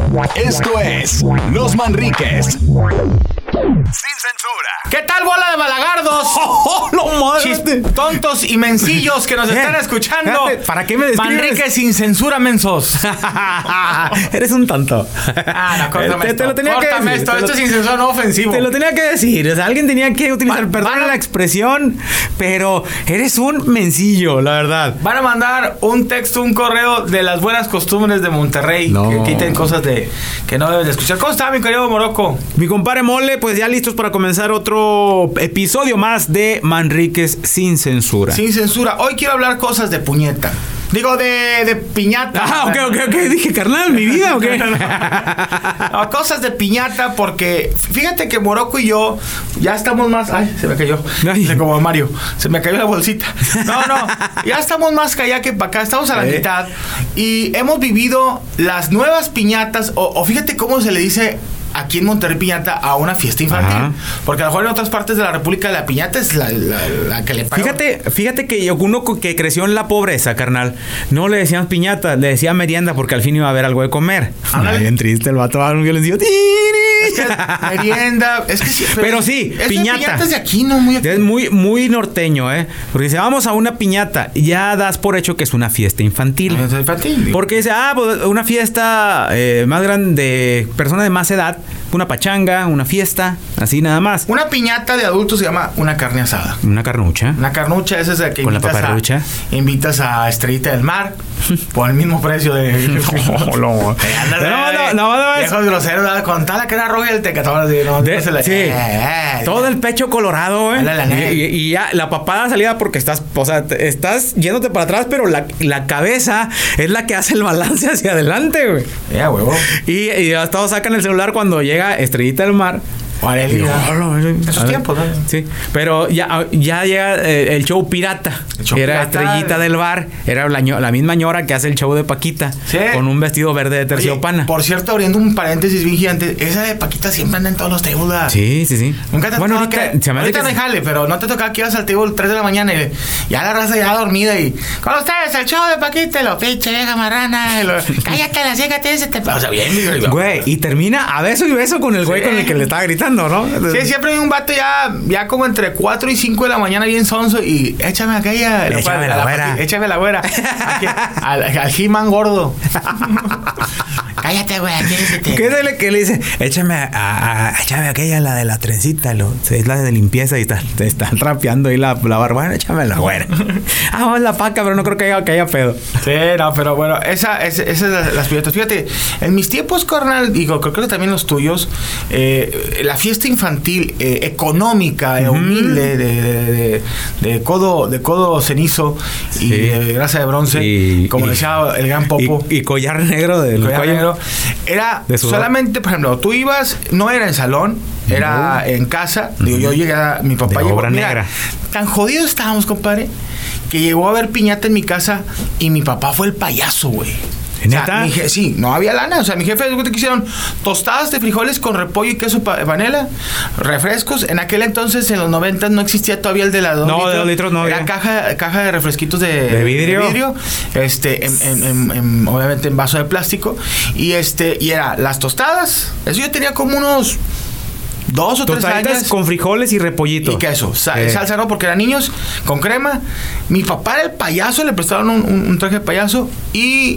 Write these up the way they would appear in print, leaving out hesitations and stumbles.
Esto es Los Manriques. Sin censura. ¿Qué tal, bola de balagardos? Tontos y mensillos que nos están escuchando. ¿Para qué me describes? Manrique sin censura, mensos. Eres un tonto. No, córtame esto. Te lo tenía que decir. Esto es sin censura, no ofensivo. Te lo tenía que decir. O sea, alguien tenía que utilizar, perdón la expresión, pero eres un mensillo, la verdad. Van a mandar un texto, un correo de las buenas costumbres de Monterrey. No. Que quiten cosas que no debes de escuchar. ¿Cómo está, mi querido Morocco? Mi compadre Mole, pues ya listos para comenzar otro episodio más de Manriques sin censura. Sin censura. Hoy quiero hablar cosas de puñeta. Digo, de piñata. Ok. Dije, carnal, mi vida, ¿o qué? No, cosas de piñata, porque fíjate que Morocco y yo ya estamos más... Ay, se me cayó. Como Mario. Se me cayó la bolsita. No. Ya estamos más que allá que para acá. Estamos a la mitad. Y hemos vivido las nuevas piñatas. O fíjate cómo se le dice aquí en Monterrey piñata a una fiesta infantil. Ajá. Porque a lo mejor en otras partes de la República la piñata es la que le paga. Fíjate que uno que creció en la pobreza, carnal, no le decíamos piñata, le decía merienda porque al fin iba a haber algo de comer. Bien triste el vato, yo le decía es que merienda, es que sí, pero sí, piñata es de aquí, no muy aquí. Es muy norteño, porque dice, vamos a una piñata, ya das por hecho que es una fiesta infantil. Porque dice, pues una fiesta más grande, de personas de más edad, una pachanga, una fiesta, así nada más. Una piñata de adultos se llama una carne asada. Una carnucha. Una carnucha, esa es la que con la paparrucha. Invitas a Estrellita del Mar por el mismo precio de... No. Viejos groseros, con tal la cara roja y el tecatón. Todo el pecho colorado, y ya la papada salida porque estás yéndote para atrás, pero la cabeza es la que hace el balance hacia adelante, güey. Huevo. Y todos sacan el celular cuando llega Estrellita del Mar. Esos tiempos, ¿no? Sí, pero ya llega el show pirata. Era Estrellita del Bar. Era la misma ñora que hace el show de Paquita. Sí. Con un vestido verde de terciopana. Oye, por cierto, abriendo un paréntesis bien gigante, esa de Paquita siempre anda en todos los tables. Sí. Nunca te bueno, ahorita me jale, pero no te tocaba que ibas al table 3 de la mañana y ya la raza ya dormida y con ustedes el show de Paquita, lo pinche vieja marrana, cállate la ciega, te o sea, bien, güey, y termina a beso y beso con el güey con el que le estaba gritando, ¿no? Sí, siempre hay un vato ya como entre 4 y 5 de la mañana bien sonso y échame aquella. Échame la güera. Aquí, al He-Man gordo. Cállate, güey. ¿Qué es el que le dice? Échame aquella, la de la trencita, es la de limpieza y te están trapeando ahí la barba. Échame la güera. Vamos la paca, pero no creo que haya pedo. Sí, no, pero bueno, esa es las piñatas. Fíjate, en mis tiempos, carnal, digo, creo que también los tuyos, la fiesta infantil económica, humilde, de codo cenizo y de grasa de bronce, como decía el gran Popo. Y collar negro del cuello. Era solamente, por ejemplo, tú ibas, no era en salón, era en casa. Digo, yo llegué mi papá llegó. Negra. Tan jodidos estábamos, compadre, que llegó a haber piñata en mi casa y mi papá fue el payaso, güey. ¿Neta? Sí, no había lana. O sea, mi jefe que hicieron tostadas de frijoles con repollo y queso panela, refrescos. En aquel entonces, en los 90, no existía todavía el de la 2 litros. No, de 2 litros no. Era caja de refresquitos de vidrio. Obviamente en vaso de plástico. Y era las tostadas. Eso yo tenía como unos 2 o 3 años. Con frijoles y repollito. Y queso. Salsa no, porque eran niños. Con crema. Mi papá era el payaso. Le prestaron un traje de payaso. Y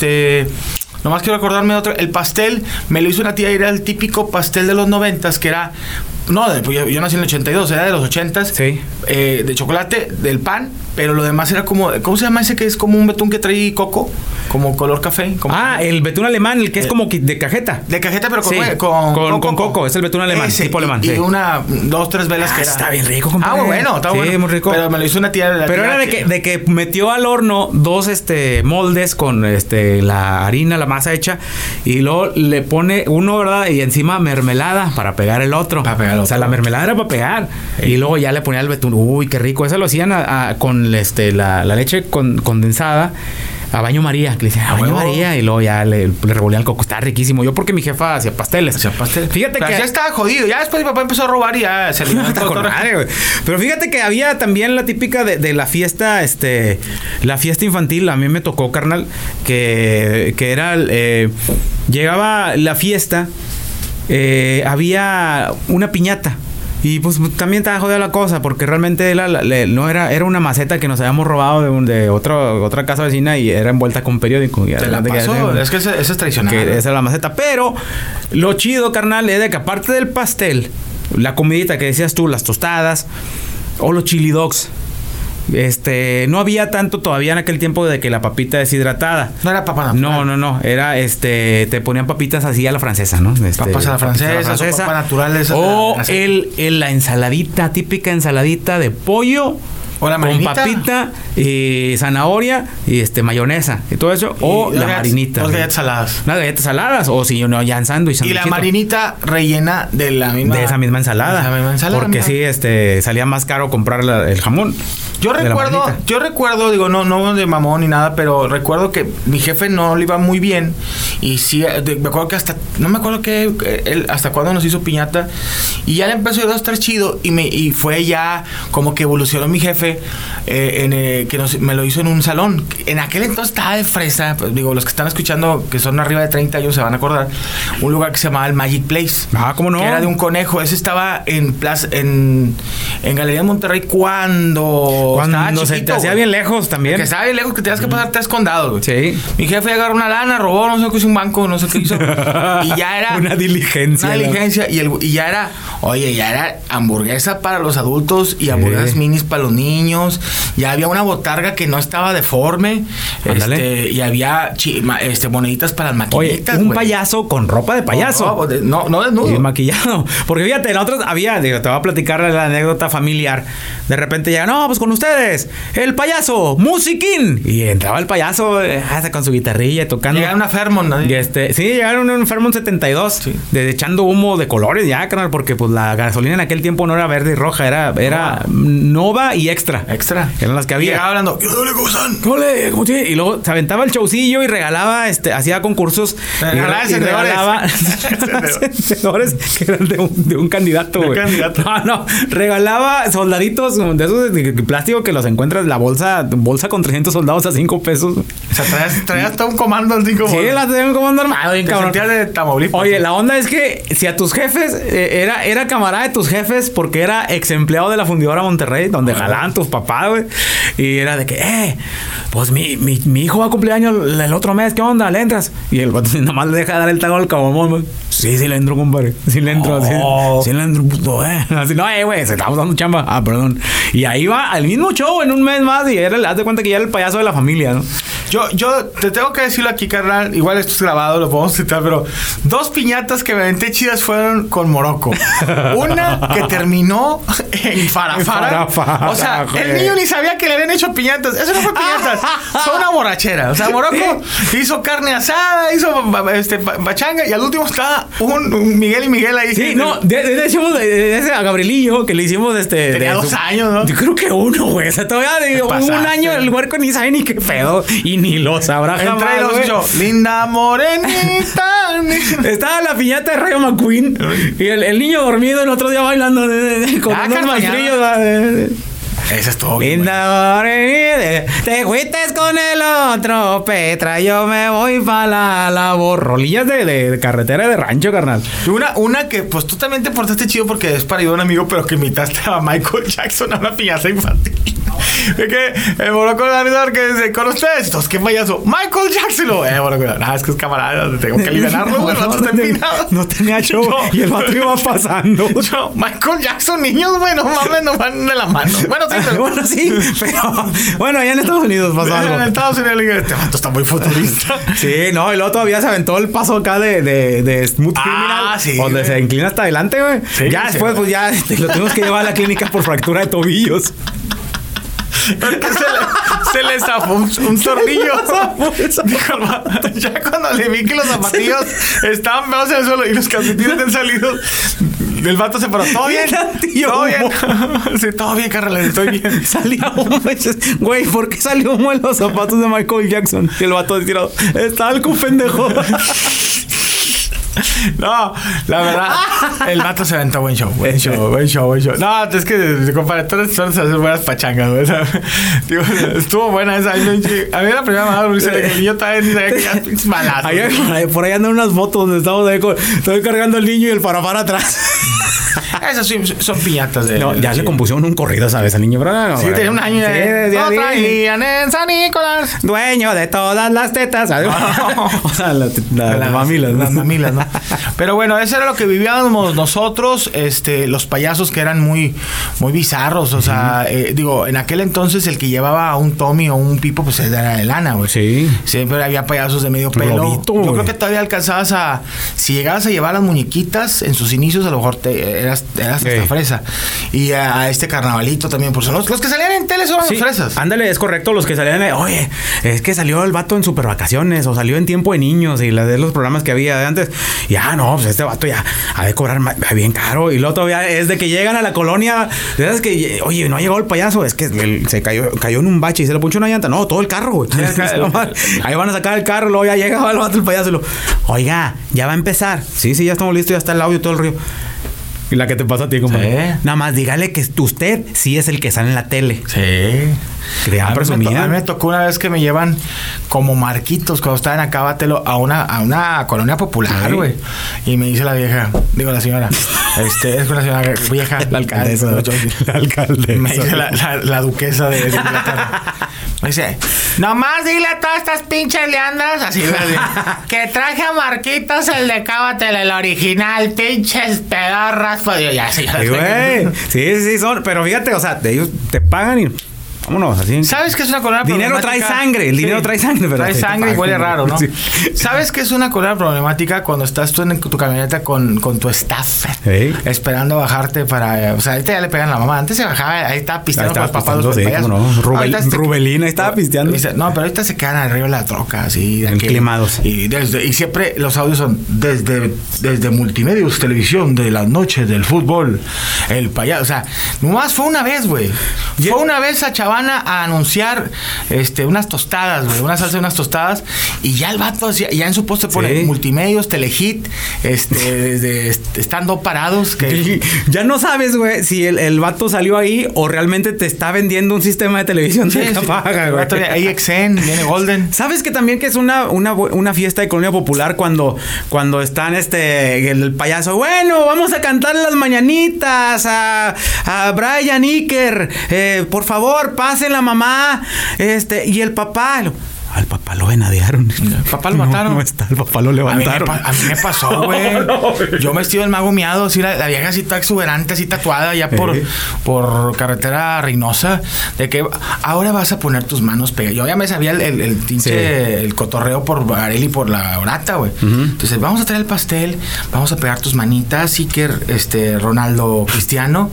nomás quiero acordarme de otro. El pastel me lo hizo una tía. Era el típico pastel de los 90s. Que era... No, yo nací en el 82. Era de los 80s. Sí. De chocolate, del pan. Pero lo demás era como... ¿Cómo se llama ese que es como un betún que trae coco? Como color café. El betún alemán, el que es como de cajeta. De cajeta, pero con coco. Es el betún alemán, tipo alemán. Y 2, 3 velas que era. Está bien rico, compadre. Bueno, está bueno. Muy rico. Pero me lo hizo una tía. Pero era de que metió al horno 2 moldes con la harina, la masa hecha. Y luego le pone uno, ¿verdad? Y encima mermelada para pegar el otro. O sea, la mermelada era para pegar. Sí. Y luego ya le ponía el betún. Uy, qué rico. Eso lo hacían con la leche condensada. a baño María, que le decían a baño María, y luego ya le revolvían el coco. Estaba riquísimo. Yo porque mi jefa hacía pasteles. Fíjate que ya estaba jodido. Ya después mi papá empezó a robar y ya se le Pero fíjate que había también la típica de la fiesta, la fiesta infantil. A mí me tocó, carnal, que era llegaba la fiesta, había una piñata. Y pues también estaba jodida la cosa, porque realmente no era una maceta que nos habíamos robado de otra casa vecina y era envuelta con periódico. ¿Te la pasó? Es que eso es tradicional. Esa es la maceta. Pero lo chido, carnal, es de que aparte del pastel, la comidita que decías tú, las tostadas o los chili dogs. No había tanto todavía en aquel tiempo de que la papita deshidratada. No era papa natural. No. Era te ponían papitas así a la francesa, ¿no? Papas a la francesa. O papa natural. O la ensaladita, típica ensaladita de pollo. O la marinita. Con papita, zanahoria y mayonesa y todo eso. O la marinita. Las galletas saladas. Las galletas saladas. O si no, ya en sándwich. Y la marinita rellena de esa misma ensalada. Porque sí, salía más caro comprar el jamón. Yo recuerdo, digo, no de mamón ni nada, pero recuerdo que mi jefe no le iba muy bien. Y sí, me acuerdo que hasta cuándo nos hizo piñata. Y ya le empezó a estar chido. Y fue ya como que evolucionó mi jefe. Me lo hizo en un salón. En aquel entonces estaba de fresa. Pues, digo, los que están escuchando, que son arriba de 30 años, se van a acordar. Un lugar que se llamaba el Magic Place. ¿Cómo no? Que era de un conejo. Ese estaba en Galería de Monterrey cuando se te hacía bien lejos también. Que estaba bien lejos, que tenías que pasar 3 condados, güey. Sí. Mi jefe agarró una lana, robó, no sé qué hizo, un banco, no sé qué hizo. Y ya era una diligencia. Y ya era hamburguesa para los adultos y hamburguesas minis para los niños. Ya había una botarga que no estaba deforme. Y había moneditas para las maquinitas. Oye, un payaso con ropa de payaso. No desnudo. Y maquillado. Porque fíjate, nosotros te voy a platicar la anécdota familiar. De repente llega, pues con ustedes, el payaso, musiquín. Y entraba el payaso con su guitarrilla tocando. Llegaron a Fairmont, ¿no? Sí, llegaron un Fairmont 72. Sí. Echando humo de colores ya, carnal, porque pues la gasolina en aquel tiempo no era verde y roja, era Nova y Extra. Eran las que había. Llegaba hablando, ¿qué le gustan? ¿Cómo te? Y luego se aventaba el showcillo y regalaba, hacía concursos. Regalaba encendedores que eran de un candidato, güey. No, regalaba soldaditos de esos de plástico que los encuentras en la bolsa con 300 soldados a 5 pesos. O sea, traías todo un comando al 5 Sí, las traías un comando armado, bien cabrón. De Tamaulipas. Oye, la onda es que si a tus jefes, era camarada de tus jefes porque era ex empleado de la fundidora Monterrey, donde jalaban tus papás, güey. Y era de que, pues mi hijo va a cumplir años el otro mes, ¿qué onda? ¿Le entras? Y el vato nada más le deja dar el tago al cabomón, güey. Sí le entro, compadre. Sí le entro, sí le entro, puto, Así, no, güey, se estamos dando chamba. Perdón. Y ahí va al mismo show en un mes más y haz de cuenta que ya era el payaso de la familia, ¿no? Yo te tengo que decirlo aquí, carnal. Igual esto es grabado, lo podemos citar, pero 2 piñatas que me aventé chidas fueron con Morocco. Una que terminó en Farafara. O sea, el niño ni sabía que le habían hecho piñatas. Eso no fue piñatas. Fue una borrachera. O sea, Morocco hizo carne asada, hizo bachanga y al último estaba un Miguel y Miguel ahí. Sí, no, de hecho, a Gabrielillo que le hicimos tenía 2 años, ¿no? Yo creo que 1, güey. O sea, todavía un año el huerco ni sabe ni qué pedo y ni lo sabrá jamás. Linda morenita. Estaba la piñata de Rayo McQueen y el niño dormido el otro día bailando con unos maestrillos. Eso es todo. Linda morenita, te fuiste con el otro, Petra, yo me voy para la labor. Rolillas de carretera de rancho, carnal. Una que pues tú también te portaste chido porque es para ir a un amigo, pero que invitaste a Michael Jackson a una piñata infantil. Es que el Morocco que dice, con ustedes, ¿qué payaso? Michael Jackson. Morocco, es que es camarada, tengo que liberarlo, güey. No tenía show y el vato iba pasando. Michael Jackson, niños, güey, no mames, no van de la mano. Bueno, sí, pero bueno, allá en Estados Unidos pasó algo. En Estados Unidos, este vato está muy futurista. Sí, no, y luego todavía se aventó el paso acá de Smooth Criminal, sí, donde se inclina hasta adelante, güey. Sí, ya después, pues ya lo tuvimos que llevar a la clínica por fractura de tobillos. Porque se le zafó un tornillo. Ya cuando le vi que los zapatillos estaban pegados en el suelo y los calcetines han salido, El vato se paró. ¿Todo bien? ¿Todo bien? Sí, todo bien, carnal. Estoy bien. Salía humo. Güey, ¿por qué salió humo en los zapatos de Michael Jackson? Y el vato tirado. Está algo pendejo. No, la verdad, el vato se aventó buen show. No, es que, compadre, todas estas son hacer buenas pachangas, güey. Digo, estuvo buena esa. A mí la primera madre, el niño también sabía que ya pinches malazos. Por ahí andan unas fotos donde estamos ahí estoy cargando al niño y el farafara atrás. Esas sí son piñatas de... No, ya le compusieron un corrido, ¿sabes? Al niño, ¿verdad? Sí, tenía un año. Lo traían en San Nicolás. Dueño de todas las tetas. O sea, las mamilas. Las mamilas, ¿no? Pero bueno, eso era lo que vivíamos nosotros, los payasos que eran muy, muy bizarros. O sea, digo, en aquel entonces el que llevaba a un Tommy o un Pipo, pues era de lana, güey. Sí. Siempre había payasos de medio pelo. Robito, yo creo que todavía alcanzabas a... Si llegabas a llevar las muñequitas en sus inicios, a lo mejor eras hasta fresa. Y a este carnavalito también, por los que salían en tele son los fresas. Ándale, es correcto, los que salían oye, es que salió el vato en Super Vacaciones o salió en Tiempo de Niños y de los programas que había de antes. Ya, no, pues este vato ya ha de cobrar bien caro. Y luego todavía es de que llegan a la colonia, ¿sabes? Que, oye, no ha llegado el payaso, es que se cayó en un bache y se le punchó una llanta. No, todo el carro, güey. Ahí van a sacar el carro, luego ya llega el vato, el payaso y lo, oiga, ya va a empezar. Sí, ya estamos listos, ya está el audio, todo el río. Y la que te pasa a ti, como nada más dígale que usted sí es el que sale en la tele. Sí. Crean presumida. A mí me tocó una vez que me llevan como marquitos cuando estaba en Acábatelo a una colonia popular, güey. Y me dice la vieja, digo la señora, es una señora vieja. La alcaldesa. La alcaldesa. Me dice la duquesa de Inglaterra. Me dice, nomás dile a todas estas pinches leandras, así, que traje a Marquitos el de Acábatelo, el original, pinches pedorras. Ya, sí, güey. Sí, son. Pero fíjate, o sea, ellos te pagan y... Vámonos, así. ¿Sabes qué es una colonia problemática? Dinero trae sangre. El dinero trae sangre, ¿verdad? Trae sangre y huele raro, ¿no? Sí. ¿Sabes qué es una colonia problemática? Cuando estás tú en tu camioneta con tu staff, esperando bajarte para... O sea, ahorita ya le pegan a la mamá. Antes se bajaba, ahí estaba pisteando con los papás. No. Rubelina estaba pisteando. No, pero ahorita se quedan arriba de la troca, así. Enclimados. Y siempre los audios son desde Multimedios Televisión de las noches del fútbol. El payaso. O sea, nomás fue una vez, güey. Fue una vez a Chavana a anunciar unas tostadas, güey, una salsa de unas tostadas, y ya el vato ya en su post se pone Multimedios, Telehit, estando parados. Que... Ya no sabes, güey, si el vato salió ahí o realmente te está vendiendo un sistema de televisión de paga, güey. Ahí AXN, viene Golden. ¿Sabes que también que es una fiesta de colonia popular cuando están el payaso? Bueno, vamos a cantar las mañanitas a Brian Iker, por favor, pasen la mamá, y el papá. Al papá lo venadearon. El papá lo mataron. No está, el papá lo levantaron. A mí me pasó, güey. Yo vestido del mago miado, así la vieja así toda exuberante, así tatuada ya por carretera Reynosa, de que ahora vas a poner tus manos pegadas. Yo ya me sabía el cotorreo por Varela y por la orata, güey. Entonces, vamos a traer el pastel, vamos a pegar tus manitas, Iker, Ronaldo Cristiano,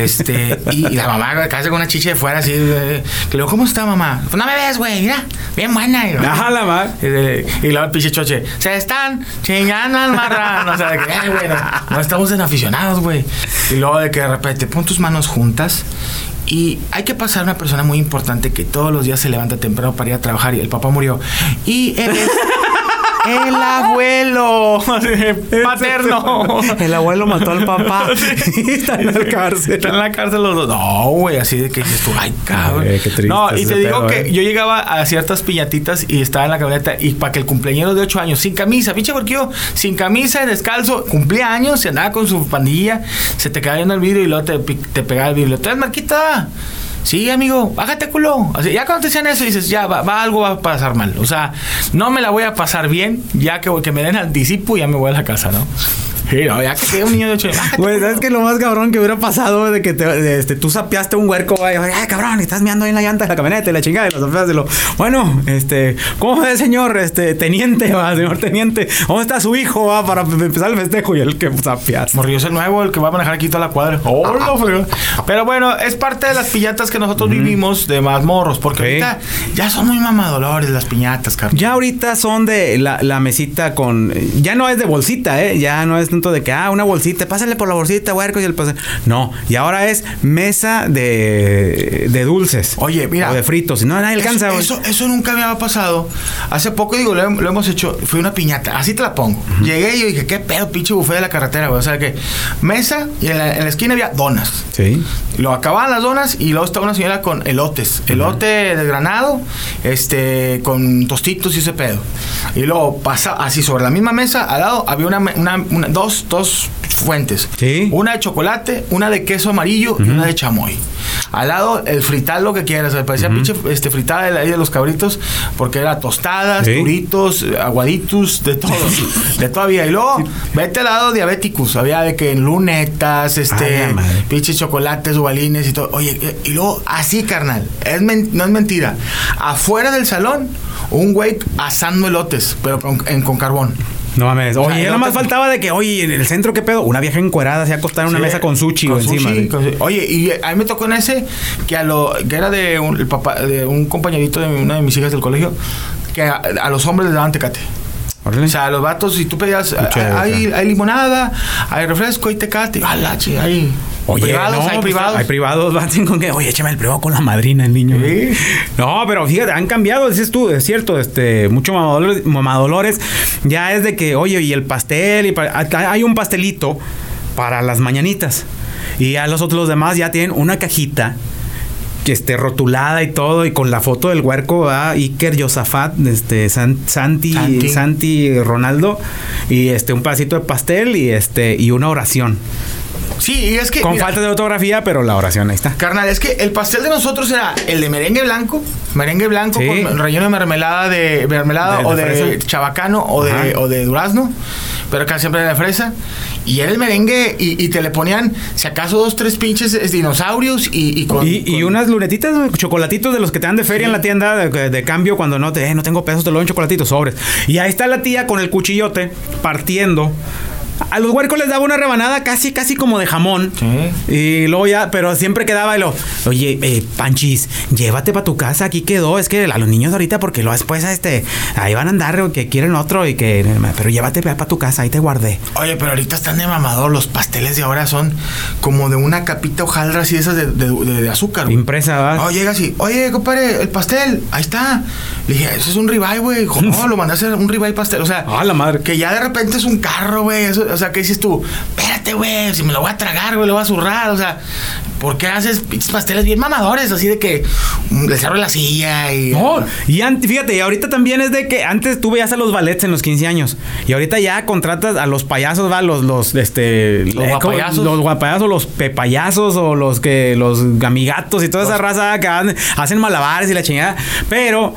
y la mamá casi con una chicha de fuera, así, que le digo, ¿cómo está, mamá? Pues no me ves, güey, mira, bien buena. Ajá, la madre. Y luego el pinche choche, se están chingando al marrano. O sea, de que, güey, no estamos en aficionados, güey. Y luego de que de repente, pon tus manos juntas. Y hay que pasar una persona muy importante que todos los días se levanta temprano para ir a trabajar y el papá murió. Y él es... El abuelo paterno. El abuelo mató al papá. Está en la cárcel. Están en la cárcel los dos. No, güey, así de que dices tú, ay, cabrón. Qué triste. No, y te digo que yo llegaba a ciertas piñatitas y estaba en la camioneta y para que el cumpleañero de 8 años, sin camisa, pinche porquillo, sin camisa, descalzo, cumplía años, se andaba con su pandilla, se te caía en el vidrio y luego te pegaba el vidrio. ¿Traes Marquita? Sí, amigo, bájate, culo. Así, ya cuando te decían eso, dices, ya, algo va a pasar mal. O sea, no me la voy a pasar bien, ya que me den anticipo y ya me voy a la casa, ¿no? Sí, no, ya que quede un niño de 8 años. Güey, ¿sabes qué? Lo más cabrón que hubiera pasado de que tú sapeaste un huerco, güey. Ay, cabrón, estás meando ahí en la llanta de la camioneta y la chingada y lo sapeas de lo... Bueno, ¿cómo es, señor? Teniente, señor teniente. ¿Dónde está su hijo, para empezar el festejo? Y el que sapeaste. Morrillo es el nuevo, el que va a manejar aquí toda la cuadra. Pero bueno, es parte de las piñatas que nosotros vivimos de más morros. Porque ahorita ya son muy mamadolores las piñatas, Carlos. Ya ahorita son de la mesita con... Ya no es de bolsita, ya no es es tanto de que, una bolsita, pásale por la bolsita, huerco, y el pastel. No, y ahora es mesa de dulces. Oye, mira. O de fritos, no, nadie alcanza. Eso nunca me había pasado. Hace poco, digo, lo hemos hecho, fue una piñata, así te la pongo. Llegué y yo dije, qué pedo, pinche buffet de la carretera, güey. O sea que mesa y en la esquina había donas. Sí. Lo acababan las donas y luego estaba una señora con elotes. Elote desgranado, con tostitos y ese pedo. Y luego pasa así sobre la misma mesa, al lado había dos fuentes. Sí. Una de chocolate, una de queso amarillo y una de chamoy. Al lado el frital lo que quieras, me parecía pinche fritada de ahí de los cabritos, porque era tostadas, duritos, aguaditos, de todo. De todavía. Y luego, vete al lado diabéticos, había de que lunetas, pinches chocolates, ubalines y todo. Oye, y luego así, carnal, no es mentira. Afuera del salón, un güey asando elotes, pero con carbón. No mames. Oye, nada más faltaba de que, oye, en el centro, ¿qué pedo? Una vieja encuerada se acostara en una mesa con sushi encima. Oye, y a mí me tocó en ese que era el papá de un compañerito de una de mis hijas del colegio, que a los hombres les daban Tecate. O sea, a los vatos, si tú pedías, hay limonada, hay refresco, hay Tecate. Hay... Oye, privados, hay privados. Hay privados, van con que, oye, échame el privado con la madrina, el niño. ¿Sí? No, pero fíjate, han cambiado, dices tú, es cierto, mucho mamadolores. Ya es de que, oye, y el pastel, hay un pastelito para las mañanitas. Y a los demás ya tienen una cajita que rotulada y todo, y con la foto del huerco, Iker Yosafat, Santi Ronaldo, y un pedacito de pastel y una oración. Sí, y es que... Con falta de ortografía, pero la oración ahí está. Carnal, es que el pastel de nosotros era el de merengue blanco sí, con relleno de mermelada o de chabacano o de durazno, pero acá siempre era de fresa. Y era el merengue y te le ponían, si acaso, 2-3 pinches dinosaurios y unas lunetitas, chocolatitos de los que te dan de feria en la tienda de cambio cuando no tengo pesos, te lo doy en chocolatitos, sobres. Y ahí está la tía con el cuchillote partiendo. A los huercos les daba una rebanada casi como de jamón. Sí. Y luego ya, pero siempre quedaba oye, Panchis, llévate para tu casa, aquí quedó. Es que a los niños ahorita, porque luego después ahí van a andar que quieren otro pero llévate para tu casa, ahí te guardé. Oye, pero ahorita están de mamador. Los pasteles de ahora son como de una capita hojaldra así, esas de azúcar, güey. Impresa, ¿verdad? No, llega así, oye, compadre, el pastel, ahí está. Le dije, eso es un ribeye, güey. No, lo mandé a hacer un ribeye pastel. O sea, la madre. Que ya de repente es un carro, güey. O sea, ¿qué dices tú? Espérate, güey, si me lo voy a tragar, güey, lo voy a zurrar. O sea, ¿por qué haces pinches pasteles bien mamadores? Así de que les abro la silla y... No, y fíjate, y ahorita también es de que antes tú veías a los ballets en los 15 años. Y ahorita ya contratas a los payasos, ¿va? Los guapayazos. Los guapayazos, los pepayazos o los gamigatos y toda esa raza que hacen malabares y la chingada. Pero...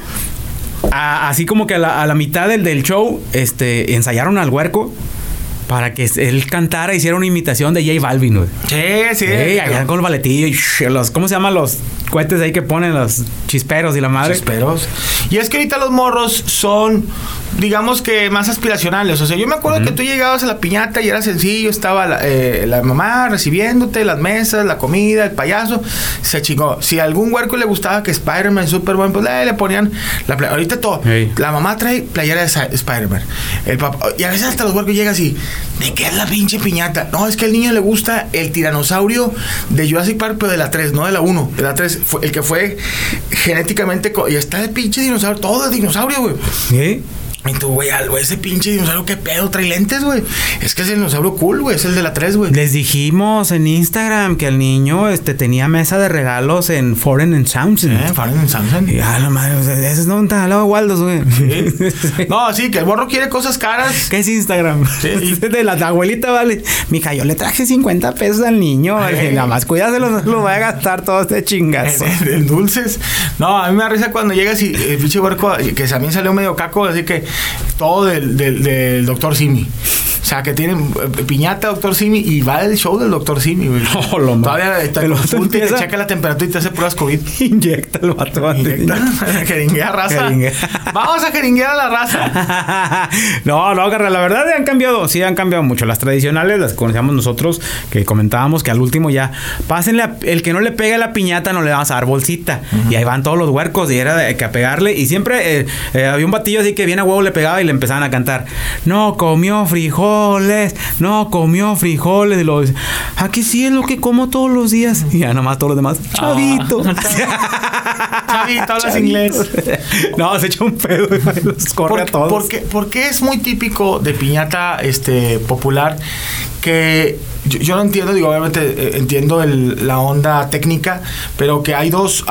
así como que a la mitad del show ensayaron al huerco para que él cantara, hiciera una imitación de J Balvin, güey. Sí. Allá con el baletillo y ¿cómo se llaman los cohetes ahí que ponen los chisperos y la madre? Chisperos. Y es que ahorita los morros son, digamos que más aspiracionales. O sea, yo me acuerdo que tú llegabas a la piñata y era sencillo, estaba la mamá recibiéndote, las mesas, la comida, el payaso, se chingó. Si a algún huerco le gustaba que Spider-Man, Superman, pues le ponían ahorita todo. Hey. La mamá trae playera de Spider-Man. El papá, y a veces hasta los huercos llegan así, ¿de qué es la pinche piñata? No, es que al niño le gusta el tiranosaurio de Jurassic Park, pero de la 3, no de la 1, de la 3, el que fue genéticamente, y está el pinche dinosaurio, todo es dinosaurio, güey. ¿Sí? Y tú, güey, ese pinche dinosaurio, ¿qué pedo? Trae lentes, güey. Es que es el dinosaurio cool, güey. Es el de la 3, güey. Les dijimos en Instagram que el niño tenía mesa de regalos en Foreign & Townsend. Foreign & Townsend. Y la madre, o sea, ese es no está al lado de Waldos, güey. ¿Sí? No, sí, que el morro quiere cosas caras. ¿Qué es Instagram? Sí. De la abuelita, vale. Mija, yo le traje 50 pesos al niño. Nada más cuídaselo, no lo voy a gastar todo este chingazo. En dulces. No, a mí me da risa cuando llegas y el pinche huerco, que también salió medio caco, así que todo del Dr. Simi. O sea, que tiene piñata Dr. Simi y va el show del Dr. Simi, güey. No, todavía te checa la temperatura y te hace pruebas COVID. Inyecta el vato. Jeringuea raza. Vamos a jeringuear a la raza. No, carnal, la verdad han cambiado. Sí, han cambiado mucho. Las tradicionales, las que conocíamos nosotros, que comentábamos que al último ya, pásenle el que no le pegue a la piñata, no le vamos a dar bolsita. Y ahí van todos los huercos y era que a pegarle. Y siempre había un batillo así que viene a huevo le pegaba y le empezaban a cantar. No comió frijol frijoles. No comió frijoles. Y luego dice, aquí sí es lo que como todos los días. Y ya nomás todos los demás. Chavito. Chavito, hablas inglés. No, se echa un pedo y los corre a todos. Porque es muy típico de piñata popular que yo no entiendo, digo, obviamente entiendo la onda técnica, pero que hay dos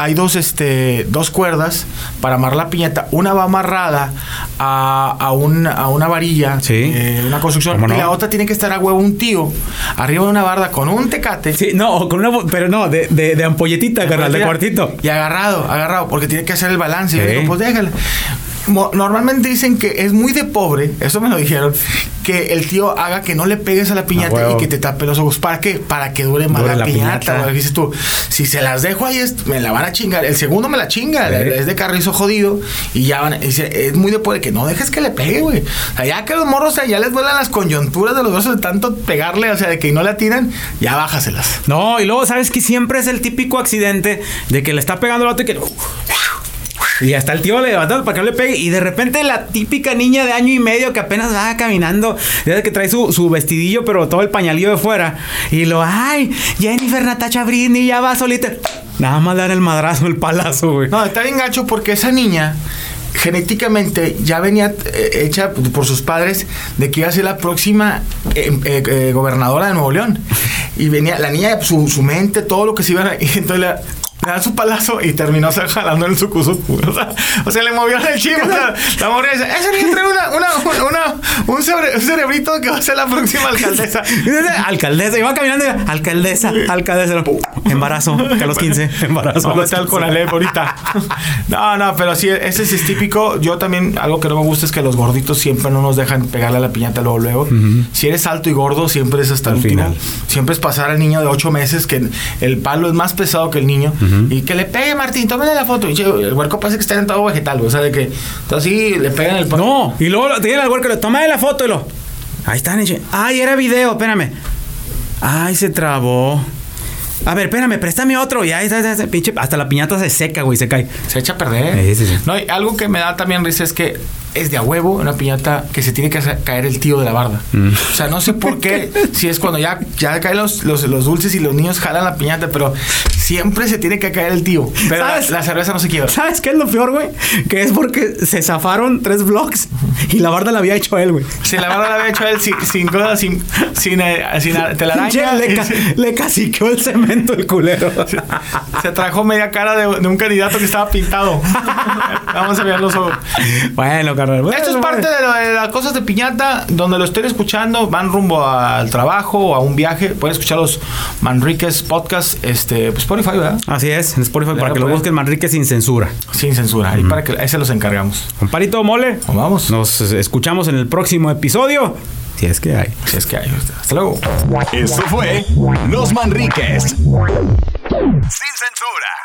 cuerdas para amarrar la piñata. Una va amarrada a una varilla, sí, una construcción, y la otra tiene que estar a huevo un tío arriba de una barda con un tecate. Sí, no, con una, pero no, de ampolletita, carnal, de cuartito. Y agarrado, porque tiene que hacer el balance. Sí. Y digo, pues déjale. Normalmente dicen que es muy de pobre, eso me lo dijeron, que el tío haga que no le pegues a la piñata y que te tape los ojos. ¿Para qué? Para que dure más la piñata. Dices tú, si se las dejo ahí, me la van a chingar. El segundo me la chinga, es de carrizo jodido. Y ya van, es muy de pobre que no dejes que le pegue, güey. O sea, ya que los morros, ya les vuelan las coyunturas de los brazos de tanto pegarle, o sea, de que no le atinan, ya bájaselas. No, y luego, ¿sabes que siempre es el típico accidente de que le está pegando el otro y que... Y hasta el tío le levantando para que no le pegue. Y de repente la típica niña de 1 año y medio que apenas va caminando, que trae su vestidillo, pero todo el pañalillo de fuera. Y ay, Jennifer Natasha Britney ya va solita. Nada más dar el madrazo, el palazo, güey. No, está bien gacho porque esa niña genéticamente ya venía hecha por sus padres de que iba a ser la próxima gobernadora de Nuevo León. Y venía la niña, su mente, todo lo que se iba a... Y entonces le da su palazo y terminó jalando en su cuso. O sea, le movió el chip. O sea, la morra dice, ese niño trae un cerebrito que va a ser la próxima alcaldesa. Alcaldesa, iba caminando y alcaldesa. Embarazo, que a los 15, embarazo. Vamos a estar con Alep ahorita. No, pero sí, ese sí es típico. Yo también, algo que no me gusta es que los gorditos siempre no nos dejan pegarle a la piñata luego. Uh-huh. Si eres alto y gordo, siempre es hasta el último. Siempre es pasar al niño de 8 meses, que el palo es más pesado que el niño. Uh-huh. Y que le pegue, Martín, tómale la foto. Y el huerco parece que está en todo vegetal, o sea, de que entonces sí le pegan el palo. No, y luego tiene al huerco, le toma la foto y ahí están. Ay, era video, espérame. Ay, se trabó. A ver, espérame, préstame otro. Y ahí está, pinche, hasta la piñata se seca, güey, se cae. Se echa a perder. Sí. No, y algo que me da también risa es que es de a huevo una piñata que se tiene que caer el tío de la barda. O sea, no sé por qué, si es cuando ya caen los dulces y los niños jalan la piñata, pero siempre se tiene que caer el tío. Pero la cerveza no se quiebra. ¿Sabes qué es lo peor, güey? Que es porque se zafaron 3 vlogs y la barda la había hecho él, güey. Sí, la barda la había hecho él sin telaraña. Le caciqueó el cemento el culero. Se trajo media cara de un candidato que estaba pintado. Vamos a ver los ojos. Bueno, carnal. Esto es parte de las cosas de piñata. Donde lo estén escuchando, van rumbo al trabajo o a un viaje. Pueden escuchar los Manríquez Podcast, Spotify, ¿verdad? Así es, en Spotify, para que lo busquen Manríquez sin censura. Sin censura. Y para que ahí se los encargamos. Comparito Mole. Vamos. Nos escuchamos en el próximo episodio. Si es que hay. Hasta luego. Eso fue Los Manríquez. Sin censura.